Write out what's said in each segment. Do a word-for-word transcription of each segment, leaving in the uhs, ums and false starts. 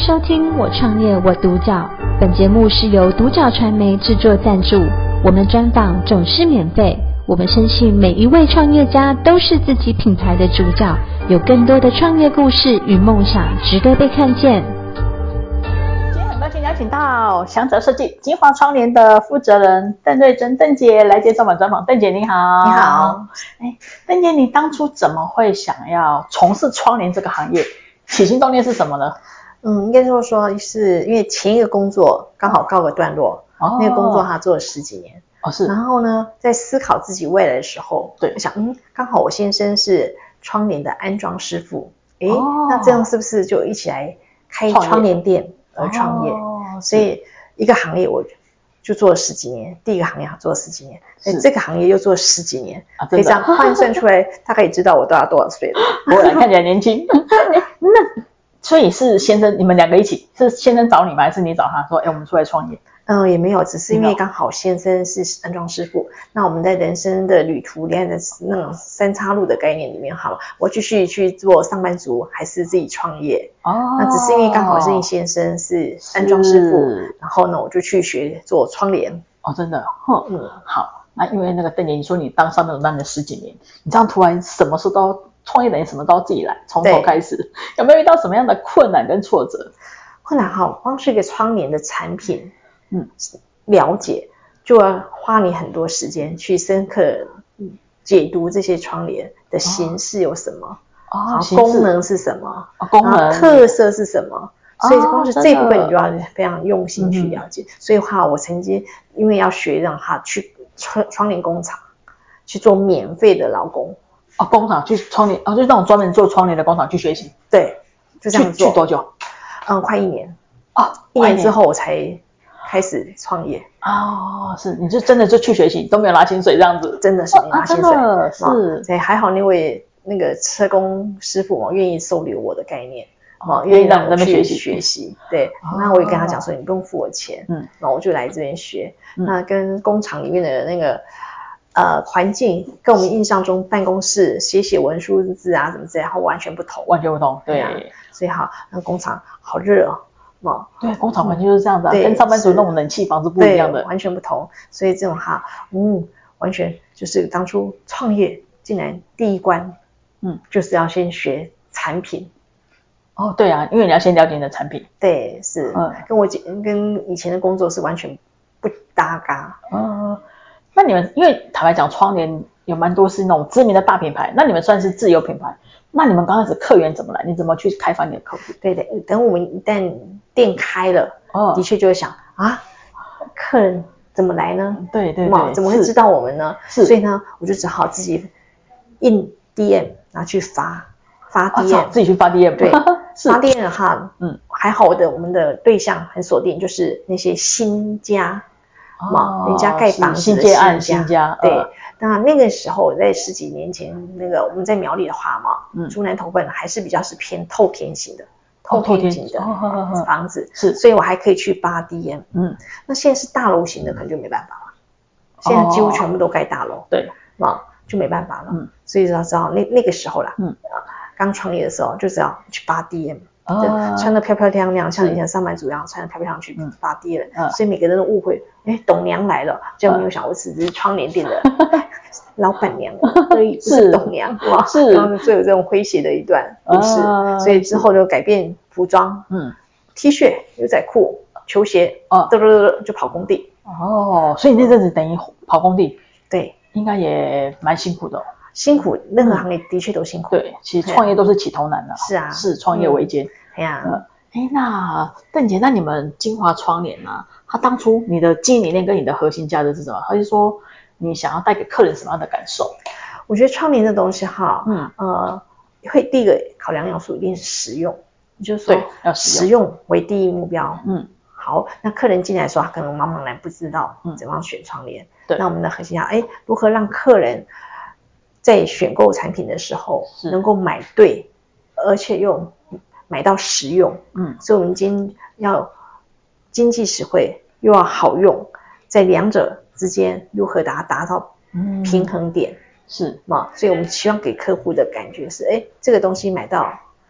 收听我创业我独角，本节目是由独角传媒制作赞助，我们专访总是免费，我们深信每一位创业家都是自己品牌的主角，有更多的创业故事与梦想值得被看见。 今天很高兴邀请到祥泽设计金华窗帘的负责人邓瑞珍邓姐来接受我们专访。邓姐你好。 你好。 哎，邓姐你当初怎么会想要从事窗帘这个行业？起心动念是什么呢？ 嗯，应该就是说是因为前一个工作刚好告个段落，哦、那个工作他做了十几年， 哦是， 然后呢，在思考自己未来的时候， 对， 我想，嗯，刚好我先生是窗帘的安装师傅，诶、哦，那这样是不是就一起来开窗帘店而创业？哦、所以一个行业我就做了十几年，第一个行业做了十几年，这个行业又做了十几年，啊、可以这样换算出来，大概也知道我多少多少岁了。 我来看起来年轻，那。所以是先生，你们两个一起，是先生找你吗？还是你找他说，哎，我们出来创业？ 嗯，也没有，只是因为刚好先生是安装师傅，那我们在人生的旅途里面的那种三岔路的概念里面，好，我继续去做上班族，还是自己创业？哦，那只是因为刚好是因为先生是安装师傅，然后呢，我就去学做窗帘。 哦，真的，哼，嗯，好，那因为那个邓姐，你说你当上班族当了十几年，你这样突然什么事都创业等于什么都要自己来，从头开始，有没有遇到什么样的困难跟挫折？ 困难哈，光是一个窗帘的产品，嗯，了解就要花你很多时间去深刻解读这些窗帘的形式有什么，哦，功能是什么， 哦、功能特色是什么，所以光是这部分你就要非常用心去了解。嗯、所以话，我曾经因为要学让他去窗窗帘工厂去做免费的劳工。 哦，工厂去窗帘，哦，就是那种专门做窗帘的工厂去学习。 对，就这样做。 去多久？ 嗯，快一年。 哦， 一年之后我才开始创业。 哦，是，你就真的就去学习，都没有拿薪水这样子。 真的是没拿薪水。 哦、是。 所以还好那位那个车工师傅哦，愿意收留我的概念， 哦，愿意让你在那边学习学习。对，哦、那我也跟他讲说，你不用付我钱，嗯，那我就来这边学。嗯、那跟工厂里面的那个。呃，环境跟我们印象中办公室写写文书字啊什么之类的，完全不同， 完全不同，对。 啊、所以好，那工厂好热哦，哦对，工厂环境就是这样子、啊嗯，跟上班族那种冷气房是不一样的， 完全不同。所以这种哈，嗯，完全就是当初创业竟然第一关，嗯，就是要先学产品。 哦，对啊，因为你要先了解你的产品。 对，是，嗯，跟我跟以前的工作是完全不搭嘎。 嗯。那你们因为坦白讲，窗帘有蛮多是那种知名的大品牌，那你们算是自有品牌，那你们刚开始客源怎么来？你怎么去开发你的客户？ 对的，等我们一旦店开了，哦，的确就会想啊，客人怎么来呢？ 对对对， 怎么会知道我们呢？所以呢，我就只好自己印 D M， 然后去发发 D M，、 哦、自己去发 D M， 对，发 D M 的话，嗯，还好我的我们的对象很锁定，就是那些新家。嘛，人家盖房子的新接案新家， 对。呃、那那个时候在十几年前，那个我们在苗栗的话嘛，嗯，竹南头份还是比较是偏透天型的，透天型的房子，哦、是，所以我还可以去八 D M， 嗯，那现在是大楼型的，可能就没办法了。现在几乎全部都盖大楼，哦、 对， 嘛就没办法了，嗯，所以要知道那那个时候啦，嗯，刚创业的时候就是要去八 D M。哦、穿得漂漂亮亮，像以前上班族一样穿得漂漂亮去发 D M，、嗯、所以每个人都误会，哎，董娘来了，结果没有想我只是窗帘店的老板娘，所以不是董娘，哇，是，然后就有这种诙谐的一段故事，哦、所以之后就改变服装，嗯 ，T 恤、牛仔裤、球鞋，哦，嘚嘚嘚就跑工地， 哦，所以那阵子等于跑工地， 对， 应该也蛮辛苦的、哦。 辛苦，任何行业的确都辛苦。 对，其实创业都是起头难的。 是啊， 是创业维艰。 哎呀， 呃，哎，那邓姐，那你们金华窗帘啊，它当初你的经营理念跟你的核心价值是什么？还是说你想要带给客人什么样的感受？ 我觉得窗帘这东西哈，嗯，呃，会第一个考量要素一定是实用，就是说要实用为第一目标。嗯，好，那客人进来说他可能茫茫然不知道怎么样选窗帘，对，那我们的核心要哎，如何让客人在选购产品的时候能够买对，而且又买到实用，嗯，所以我们今天要经济实惠又要好用，在两者之间如何达达到平衡点，嗯、是嘛？所以我们希望给客户的感觉是，哎，这个东西买到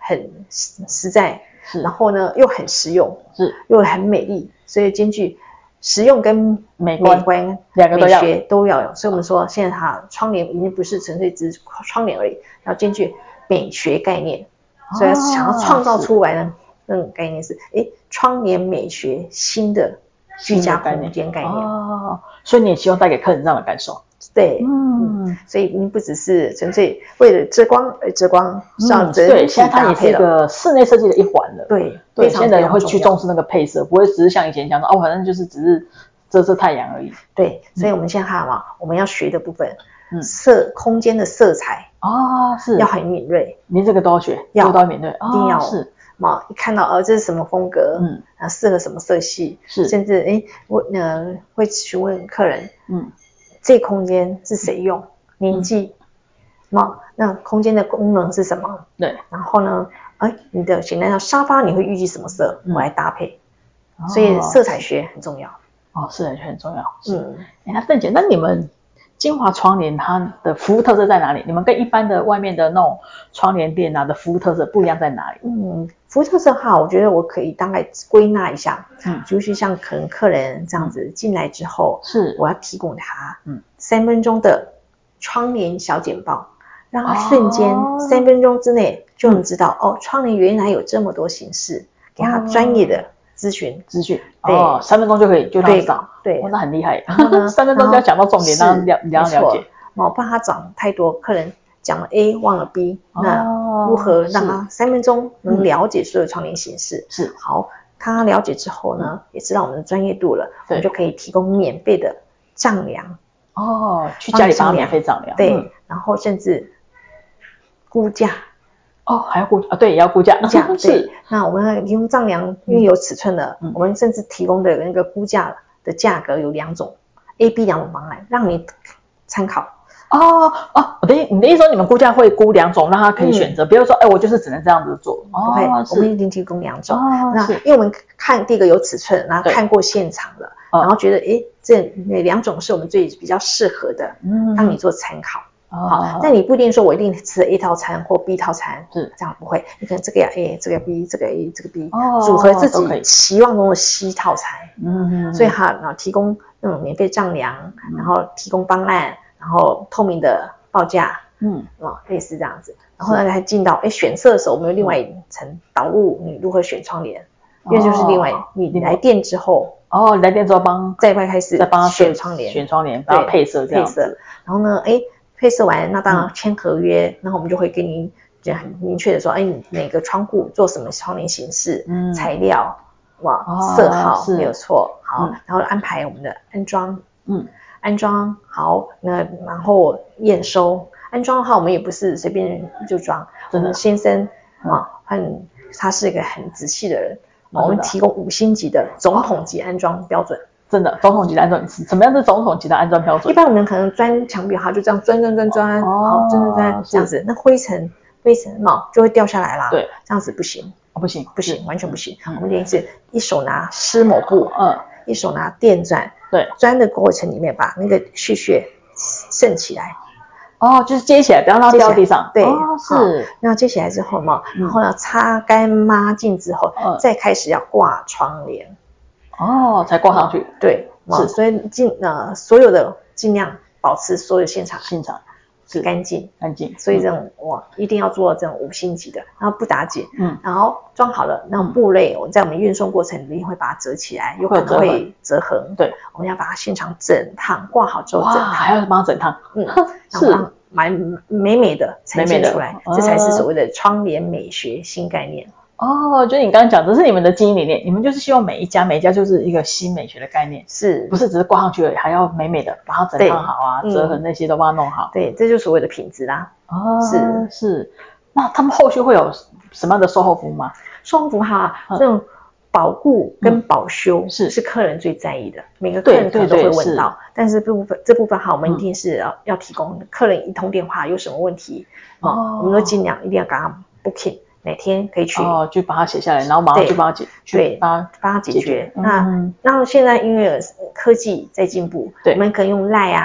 很实实在， 是， 然后呢又很实用， 是， 又很美丽，所以兼具实用跟美观， 美观两个都要， 美学都要有。所以我们说现在它窗帘已经不是纯粹只是窗帘而已，要兼具美学概念，所以想要创造出来的那种概念是，哎，窗帘美学新的居家空间概念。 哦，所以你也希望带给客人这样的感受。 对，嗯，嗯所以你不只是纯粹为了遮光而遮光， 嗯，对，现在它也是一个室内设计的一环了。 对， 对，现在人会去重视那个配色，不会只是像以前讲的哦，反正就是只是遮遮太阳而已。 对，所以我们现在看嘛，我们要学的部分，嗯，色空间的色彩哦，是要很敏锐， 连这个都要学，要都要敏锐， 一定要是。 嘛，一看到哦，这是什么风格，嗯，啊，适合什么色系， 是， 甚至哎，我呃会询问客人， 嗯。 这空间是谁用？年纪，那、嗯、那空间的功能是什么？ 对。 然后呢，哎，你的简单的沙发你会预计什么色？嗯、我来搭配。 哦、 所以色彩学很重要。 哦，色彩学很重要。嗯。哎，那邓姐，那你们金华窗帘它的服务特色在哪里？你们跟一般的外面的那种窗帘店啊的服务特色不一样在哪里？ 嗯，服务特色哈，我觉得我可以大概归纳一下。嗯，就是像可能客人这样子进来之后，是我要提供他嗯三分钟的窗帘小简报，让他瞬间三分钟之内就能知道、哦、哦，窗帘原来有这么多形式，给他专业的咨询咨询。对，哦，三分钟就可以就让他找， 对， 哇，那很厉害。三分钟就要讲到重点，让了了了解。 我怕他讲太多，客人讲了 A 忘了 B，、哦、那如何让他三分钟能了解所有窗帘形式？ 是， 好，他了解之后呢，嗯、也知道我们的专业度了，我们就可以提供免费的丈量。 哦，去家里帮他免费丈量。 对、嗯，然后甚至估价。 哦，还要估啊？对，也要估价。 估价是。那我们提供丈量，因为有尺寸的、嗯，我们甚至提供的那个估价的价格有两种 ，A、B 两种方案，让你参考。 哦哦，我的你的意思说你们估价会估两种，让他可以选择，嗯、比如说，哎，我就是只能这样子做。 哦，不会，我们一定提供两种。哦，那因为我们看第一个有尺寸，然后看过现场了，然后觉得，哎，这两种是我们最比较适合的，嗯，让你做参考。哦、好，那你不一定说我一定吃 A 套餐或 B 套餐，是这样不会。你可能这个要 A， 这个 B， 这个 A， 这个 B，、哦、组合自己期望中的 C 套餐。嗯嗯。所以哈，然后提供那种免费丈量，然后提供方案，然后透明的报价，嗯，哦，类似这样子。然后呢，还进到哎选色的时候，我们有另外一层导入你如何选窗帘，因为就是另外你来店之后， 哦，来店之后帮再开始再帮他选窗帘， 选窗帘，帮他配色这样子。 然后呢，哎。配色完，那当然签合约，然后我们就会给你就很明确的说，哎，你哪个窗户做什么窗帘形式、嗯、材料，哇，哦、色号没有错，好、嗯，然后安排我们的安装，嗯，安装好，那然后验收，安装的话我们也不是随便就装，我们先生啊，很他是一个很仔细的人，我们提供五星级的总统级安装标准。 真的，总统级的安装，什么样是总统级的安装标准？ 一般我们可能钻墙壁，哈，就这样钻钻钻钻，好，钻钻钻这样子，那灰尘灰尘嘛就会掉下来啦。 对， 这样子不行， 哦、不行， 不行，完全不行。嗯、我们联系一手拿湿抹布，嗯，一手拿电钻， 对， 钻的过程里面把那个屑屑渗起来。 哦，就是接起来，不要让它掉地上。 对， 哦、是。 那接起来之后嘛，然后呢，擦干抹净之后，嗯、再开始要挂窗帘。 哦，才挂上去。 嗯、对。是，所以尽呃所有的尽量保持所有现场现场是干净干净， 所以这种我、嗯、一定要做这种五星级的，然后不打紧，嗯，然后装好了那种布类，我、嗯、在我们运送过程里会把它折起来，有可能会折痕， 对， 我们要把它现场整烫挂好之后整烫， 还要帮它整烫， 嗯，是让蛮美美的呈现出来，这才是所谓的窗帘美学新概念。 哦，就你刚刚讲，这是你们的经营理念，你们就是希望每一家每一家就是一个新美学的概念， 是不是只是挂上去而已，还要美美的把它整烫好啊，折痕那些都把它弄好。 对，这就是所谓的品质啦。 哦，是是。那他们后续会有什么样的售后服务吗？ 售后服务哈，嗯、这种保固跟保修是、嗯、是客人最在意的，每个客人可能都会问到，但是这部分这部分哈，我们一定是要、嗯、要提供客人一通电话有什么问题，哦，我们都尽量一定要给他 booking。哪天可以去哦，就把它写下来，然后马上就帮他解， 对，帮他解决。那那现在因为科技在进步，对，我们可以用 Line 啊，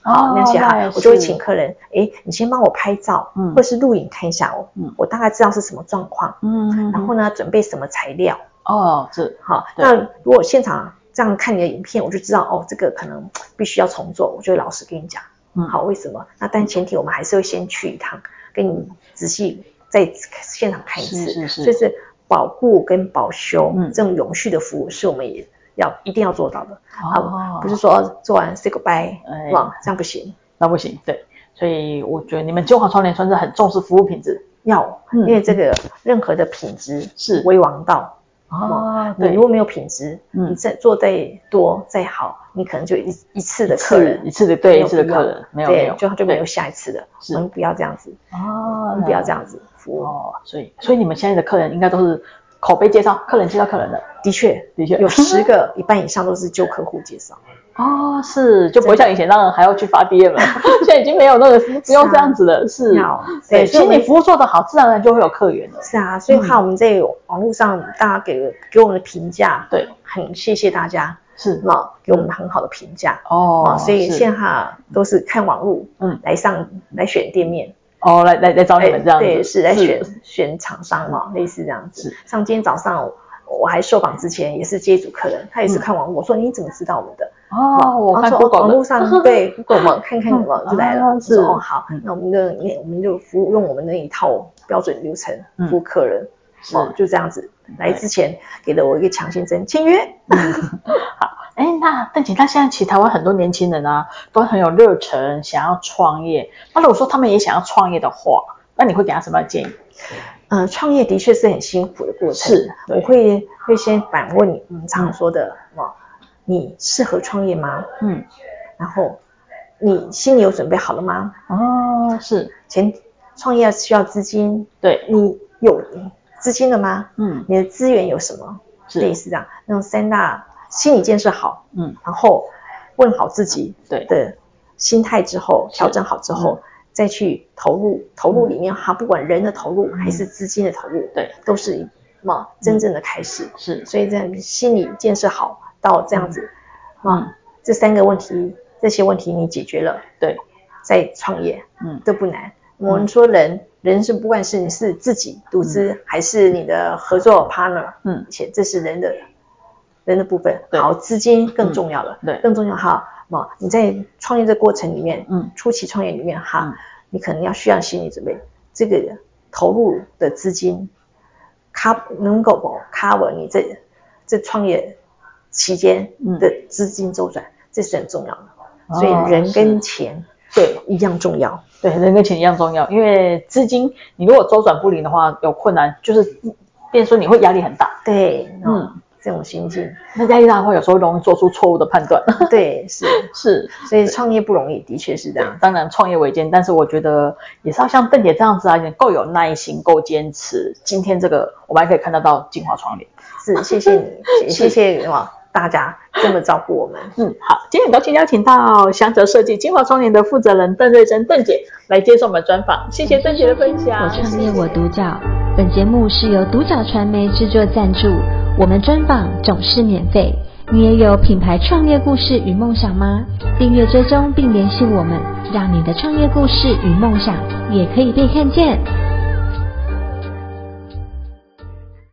哦，那些哈，我就会请客人，哎，你先帮我拍照，嗯，或是录影看一下哦，嗯，我大概知道是什么状况，嗯，然后呢，准备什么材料， 哦，是， 好，那如果现场这样看你的影片，我就知道哦，这个可能必须要重做，我就会老实跟你讲，嗯，好，为什么？那但前提我们还是会先去一趟，跟你仔细在现场看一次， 是是是， 所以是保护跟保修，嗯，这种永续的服务是我们也要一定要做到的，哦，不是说做完 say goodbye，哎，哇，这样不行， 那不行，对，所以我觉得你们金华窗帘算是很重视服务品质， 要，因为这个任何的品质是为王道。哦，你如果没有品质，嗯，你再做再多再好，你可能就一一次的客人， 一次的对一次的客人，没有没有， 就就没有下一次的。我们不要这样子哦，我们不要这样子服务哦。所以所以你们现在的客人应该都是口碑介绍，客人介绍客人的。 的确的确， 有十个一半以上都是旧客户介绍。 哦，是，就不会像以前那样还要去发 D M 了，现在已经没有那个不用这样子了，是，对，其实你服务做得好，自然而然就会有客源了。 是啊，所以看我们在网络上大家给给我们的评价，对，很谢谢大家，是嘛，给我们很好的评价哦，所以现在哈都是看网络，嗯，来上来选店面， 哦，来来来找你们这样子， 对，是来选选厂商嘛，类似这样子。像今天早上我还受访之前也是接一组客人，他也是看网络，我说你怎么知道我们的？ 哦，我看网络上对 Google 嘛，看看有没有就来了。是哦，好，那我们的我们就服务用我们那一套标准流程服务客人，哦，就这样子。来之前给了我一个强心针，签约。 好，哎，那邓姐，那现在其实台湾很多年轻人啊，都很有热忱，想要创业。那如果说他们也想要创业的话，那你会给他什么样的建议？ 嗯，创业的确是很辛苦的过程。是，我会会先反问你，我们常说的什么？你适合创业吗？嗯，然后你心里有准备好了吗？ 哦，是， 前创业需要资金， 对， 你有资金了吗？嗯，你的资源有什么？是类似这样，那种三大心理建设好，嗯，然后问好自己的心态之后，调整好之后，再去投入，投入里面哈，不管人的投入还是资金的投入，对，都是嘛真正的开始。是，所以这样心理建设好。到这样子，嗯，这三个问题，这些问题你解决了，对，再创业，嗯，都不难。我们说人，人是不管是你是自己独资，还是你的合作 partner，嗯，且这是人的，人的部分。好，资金更重要了，对，更重要哈。嘛，你在创业这过程里面，嗯，初期创业里面哈，你可能要需要心理准备，这个投入的资金，cover 能够 cover 你这这创业期间的资金周转，嗯，这是很重要的，哦，所以人跟钱对一样重要， 对，人跟钱一样重要，因为资金你如果周转不灵的话，有困难，就是变成说你会压力很大， 对，嗯，这种心境， 那压力大会有时候容易做出错误的判断， 对，是是， 所以创业不容易，的确是这样， 当然创业维艰，但是我觉得也是要像邓姐这样子啊，够有耐心，够坚持，今天这个我们还可以看得到金华窗帘， 是，谢谢你，谢谢哇。大家这么照顾我们， 嗯，好，今天很高兴邀请到祥泽设计金华窗帘的负责人邓瑞珍邓姐来接受我们的专访，谢谢邓姐的分享。 我创业我独角，本节目是由独角传媒制作赞助，我们专访总是免费。你也有品牌创业故事与梦想吗？订阅追踪并联系我们，让你的创业故事与梦想也可以被看见。